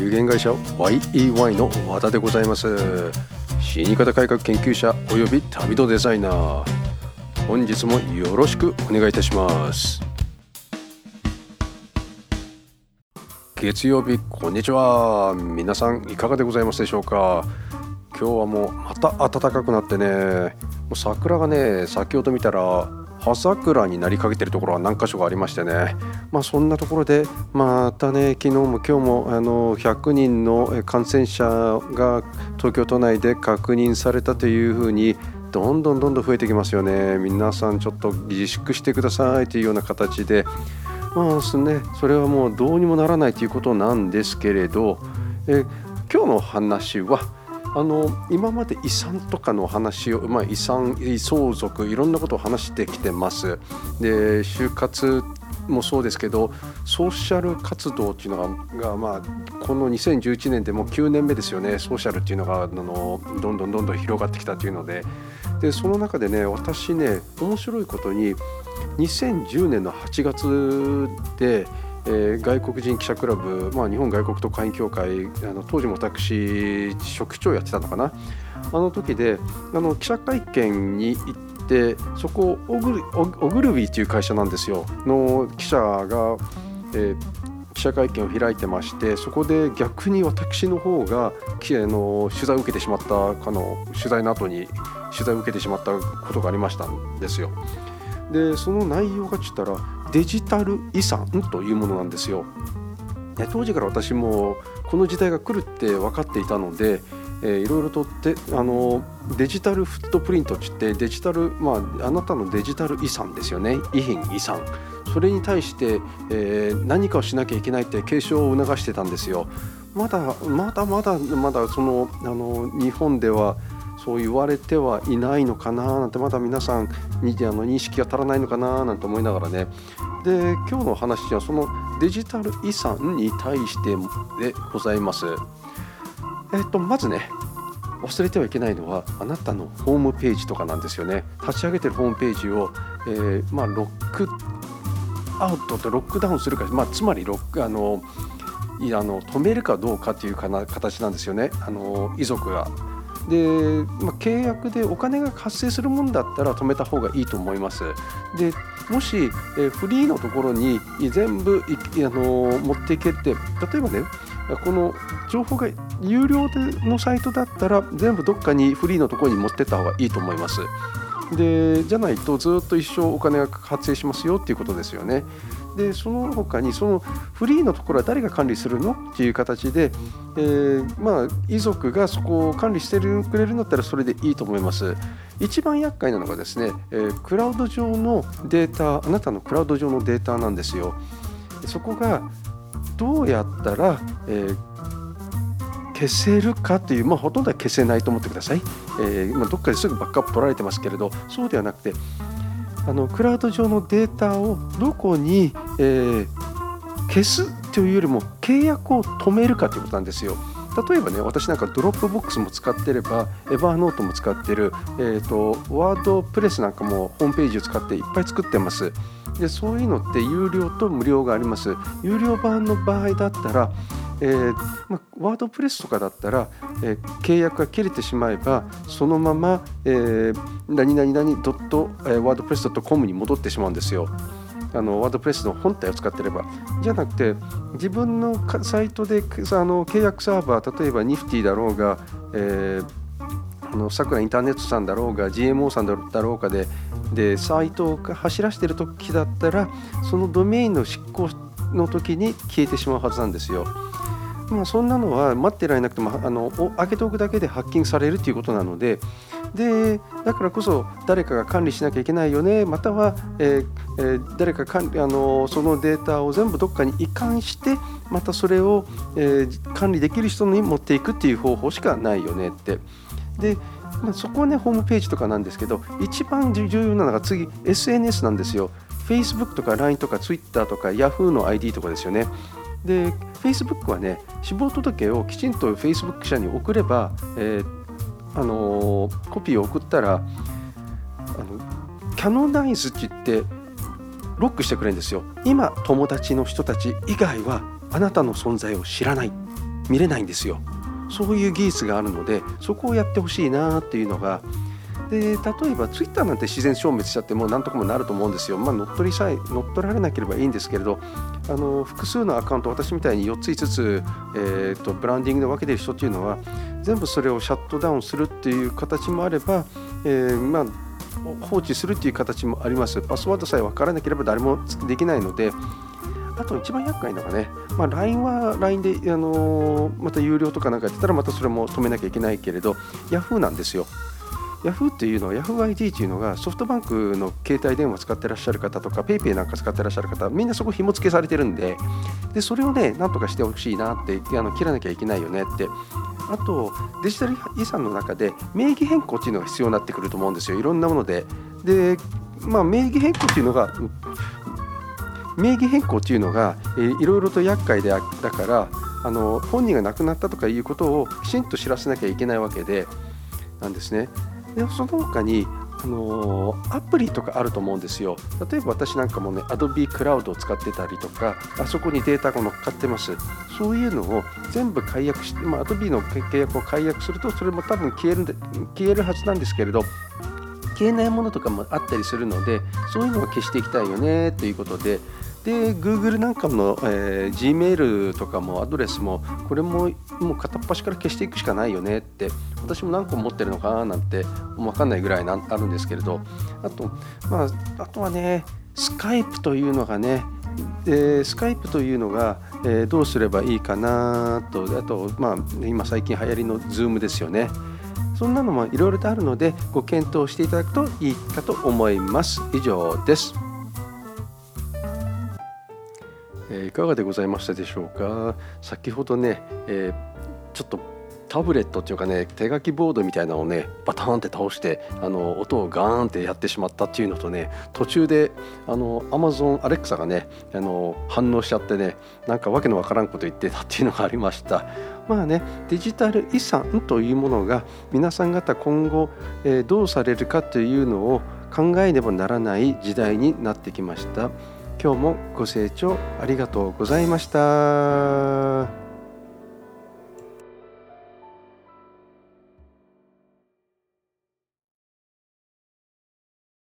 有限会社 YEY の和田でございます。死に方改革研究者および旅人デザイナー、本日もよろしくお願いいたします。月曜日、こんにちは。皆さんいかがでございますでしょうか。今日はもうまた暖かくなってね、もう桜がね、先ほど見たら葉桜になりかけてるところは何箇所かありましてね、そんなところでまたね、昨日も今日も100人の感染者が東京都内で確認されたというふうにどんどん増えてきますよね。皆さんちょっと自粛してくださいというような形で、それはもうどうにもならないということなんですけれど、今日の話は今まで遺産とかの話を、遺産、相続、いろんなことを話してきてます。で、就活もそうですけど、ソーシャル活動っていうのが、この2011年でもう9年目ですよね。ソーシャルっていうのがどんどん広がってきたというので、その中でね、私ね、面白いことに2010年の8月で外国人記者クラブ、日本外国特派員協会、当時も私職長やってたのかな、時で記者会見に行って、そこオグルビーという会社なんですよの記者が、記者会見を開いてまして、そこで逆に私の方が取材を受けてしまった取材の後に取材を受けてしまったことがありましたんですよ。で、その内容がちょっとデジタル遺産というものなんですよ。当時から私もこの時代が来るって分かっていたので、いろいろとデジタルフットプリントって言って、デジタル、あなたのデジタル遺産ですよね。遺品、遺産、それに対して、何かをしなきゃいけないって継承を促してたんですよ。まだその日本ではそう言われてはいないのかななんて、まだ皆さんに認識が足らないのかななんて思いながらね。で、今日の話はそのデジタル遺産に対してでございます。まずね、忘れてはいけないのはあなたのホームページとかなんですよね。立ち上げてるホームページを、ロックアウトとロックダウンするか、つまり止めるかどうかという形なんですよね。遺族がで、契約でお金が発生するもんだったら止めた方がいいと思います。で、もし、フリーのところに全部持っていけって、例えばね、この情報が有料のサイトだったら全部どっかにフリーのところに持ってった方がいいと思います。で、じゃないとずっと一生お金が発生しますよっていうことですよね。で、その他にそのフリーのところは誰が管理するのっていう形で、遺族がそこを管理してくれるんだったらそれでいいと思います。一番厄介なのがですね、クラウド上のデータ、あなたのクラウド上のデータなんですよ。そこがどうやったら、消せるかという、ほとんどは消せないと思ってください。どっかですぐバックアップ取られてますけれど、そうではなくて、クラウド上のデータをどこに、消すというよりも契約を止めるかということなんですよ。例えばね、私なんかドロップボックスも使ってれば、エバーノートも使ってる、ワードプレスなんかもホームページを使っていっぱい作ってます。で、そういうのって有料と無料があります。有料版の場合だったら、ワードプレスとかだったら、契約が切れてしまえばそのまま、何々ドットワードプレス .com に戻ってしまうんですよ。ワードプレスの本体を使ってれば。じゃなくて、自分のサイトで契約サーバー、例えばニフティだろうが、さくらインターネットさんだろうが GMO さんだろうかでサイトを走らせてる時だったら、そのドメインの執行の時に消えてしまうはずなんですよ。そんなのは待ってられなくても開けておくだけでハッキングされるということなので、だからこそ誰かが管理しなきゃいけないよね、または、誰かそのデータを全部どっかに移管して、またそれを、管理できる人に持っていくっていう方法しかないよねって。で、そこはね、ホームページとかなんですけど、一番重要なのが次 SNS なんですよ。 Facebook とか LINE とか Twitter とか Yahoo の ID とかですよね。で、Facebook はね、死亡届をきちんと Facebook 社に送れば、コピーを送ったらキャノナイズって言ってロックしてくれるんですよ。今友達の人たち以外はあなたの存在を知らない。 見れないんですよ。そういう技術があるので、そこをやってほしいなっていうのが。で例えばツイッターなんて自然消滅しちゃってもう何とかもなると思うんですよ。乗っ取られなければいいんですけれど、複数のアカウント、私みたいに4つ5つ、ブランディングで分けてる人っていうのは全部それをシャットダウンするっていう形もあれば、放置するっていう形もあります。パスワードさえ分からなければ誰もできないので。あと一番厄介なのがね、LINE は LINE で、また有料とかなんかやってたらまたそれも止めなきゃいけないけれど、Yahoo なんですよ。Yahoo っていうのは YahooID っていうのがソフトバンクの携帯電話を使ってらっしゃる方とか PayPay なんか使ってらっしゃる方、みんなそこ紐付けされてるんで、それをねなんとかしてほしいなって、切らなきゃいけないよねって。あとデジタル遺産の中で名義変更っていうのが必要になってくると思うんですよ。いろんなもので。名義変更っていうのがいろいろと厄介だから、本人が亡くなったとかいうことをきちんと知らせなきゃいけないわけでなんですね。でその他にアプリとかあると思うんですよ。例えば私なんかもね Adobe Cloud を使ってたりとか、あそこにデータが乗っかってます。そういうのを全部解約して、Adobe の契約を解約するとそれも多分消えるはずなんですけれど、消えないものとかもあったりするので、そういうのを消していきたいよねということで、Google なんかの、Gmail とかもアドレスもこれも片っ端から消していくしかないよねって、私も何個持ってるのかななんて分かんないぐらいあるんですけれど、あとはねスカイプというのがね、どうすればいいかなと、あと今最近流行りの Zoom ですよね。そんなのもいろいろとあるのでご検討していただくといいかと思います。以上です。いかがでございましたでしょうか。先ほどね、ちょっとタブレットっていうかね、手書きボードみたいなのをねバターンって倒して音をガーンってやってしまったっていうのとね、途中でAmazon Alexa がね反応しちゃってね、なんかわけのわからんこと言ってたっていうのがありました。デジタル遺産というものが皆さん方今後、どうされるかというのを考えねばならない時代になってきました。今日もご清聴ありがとうございました。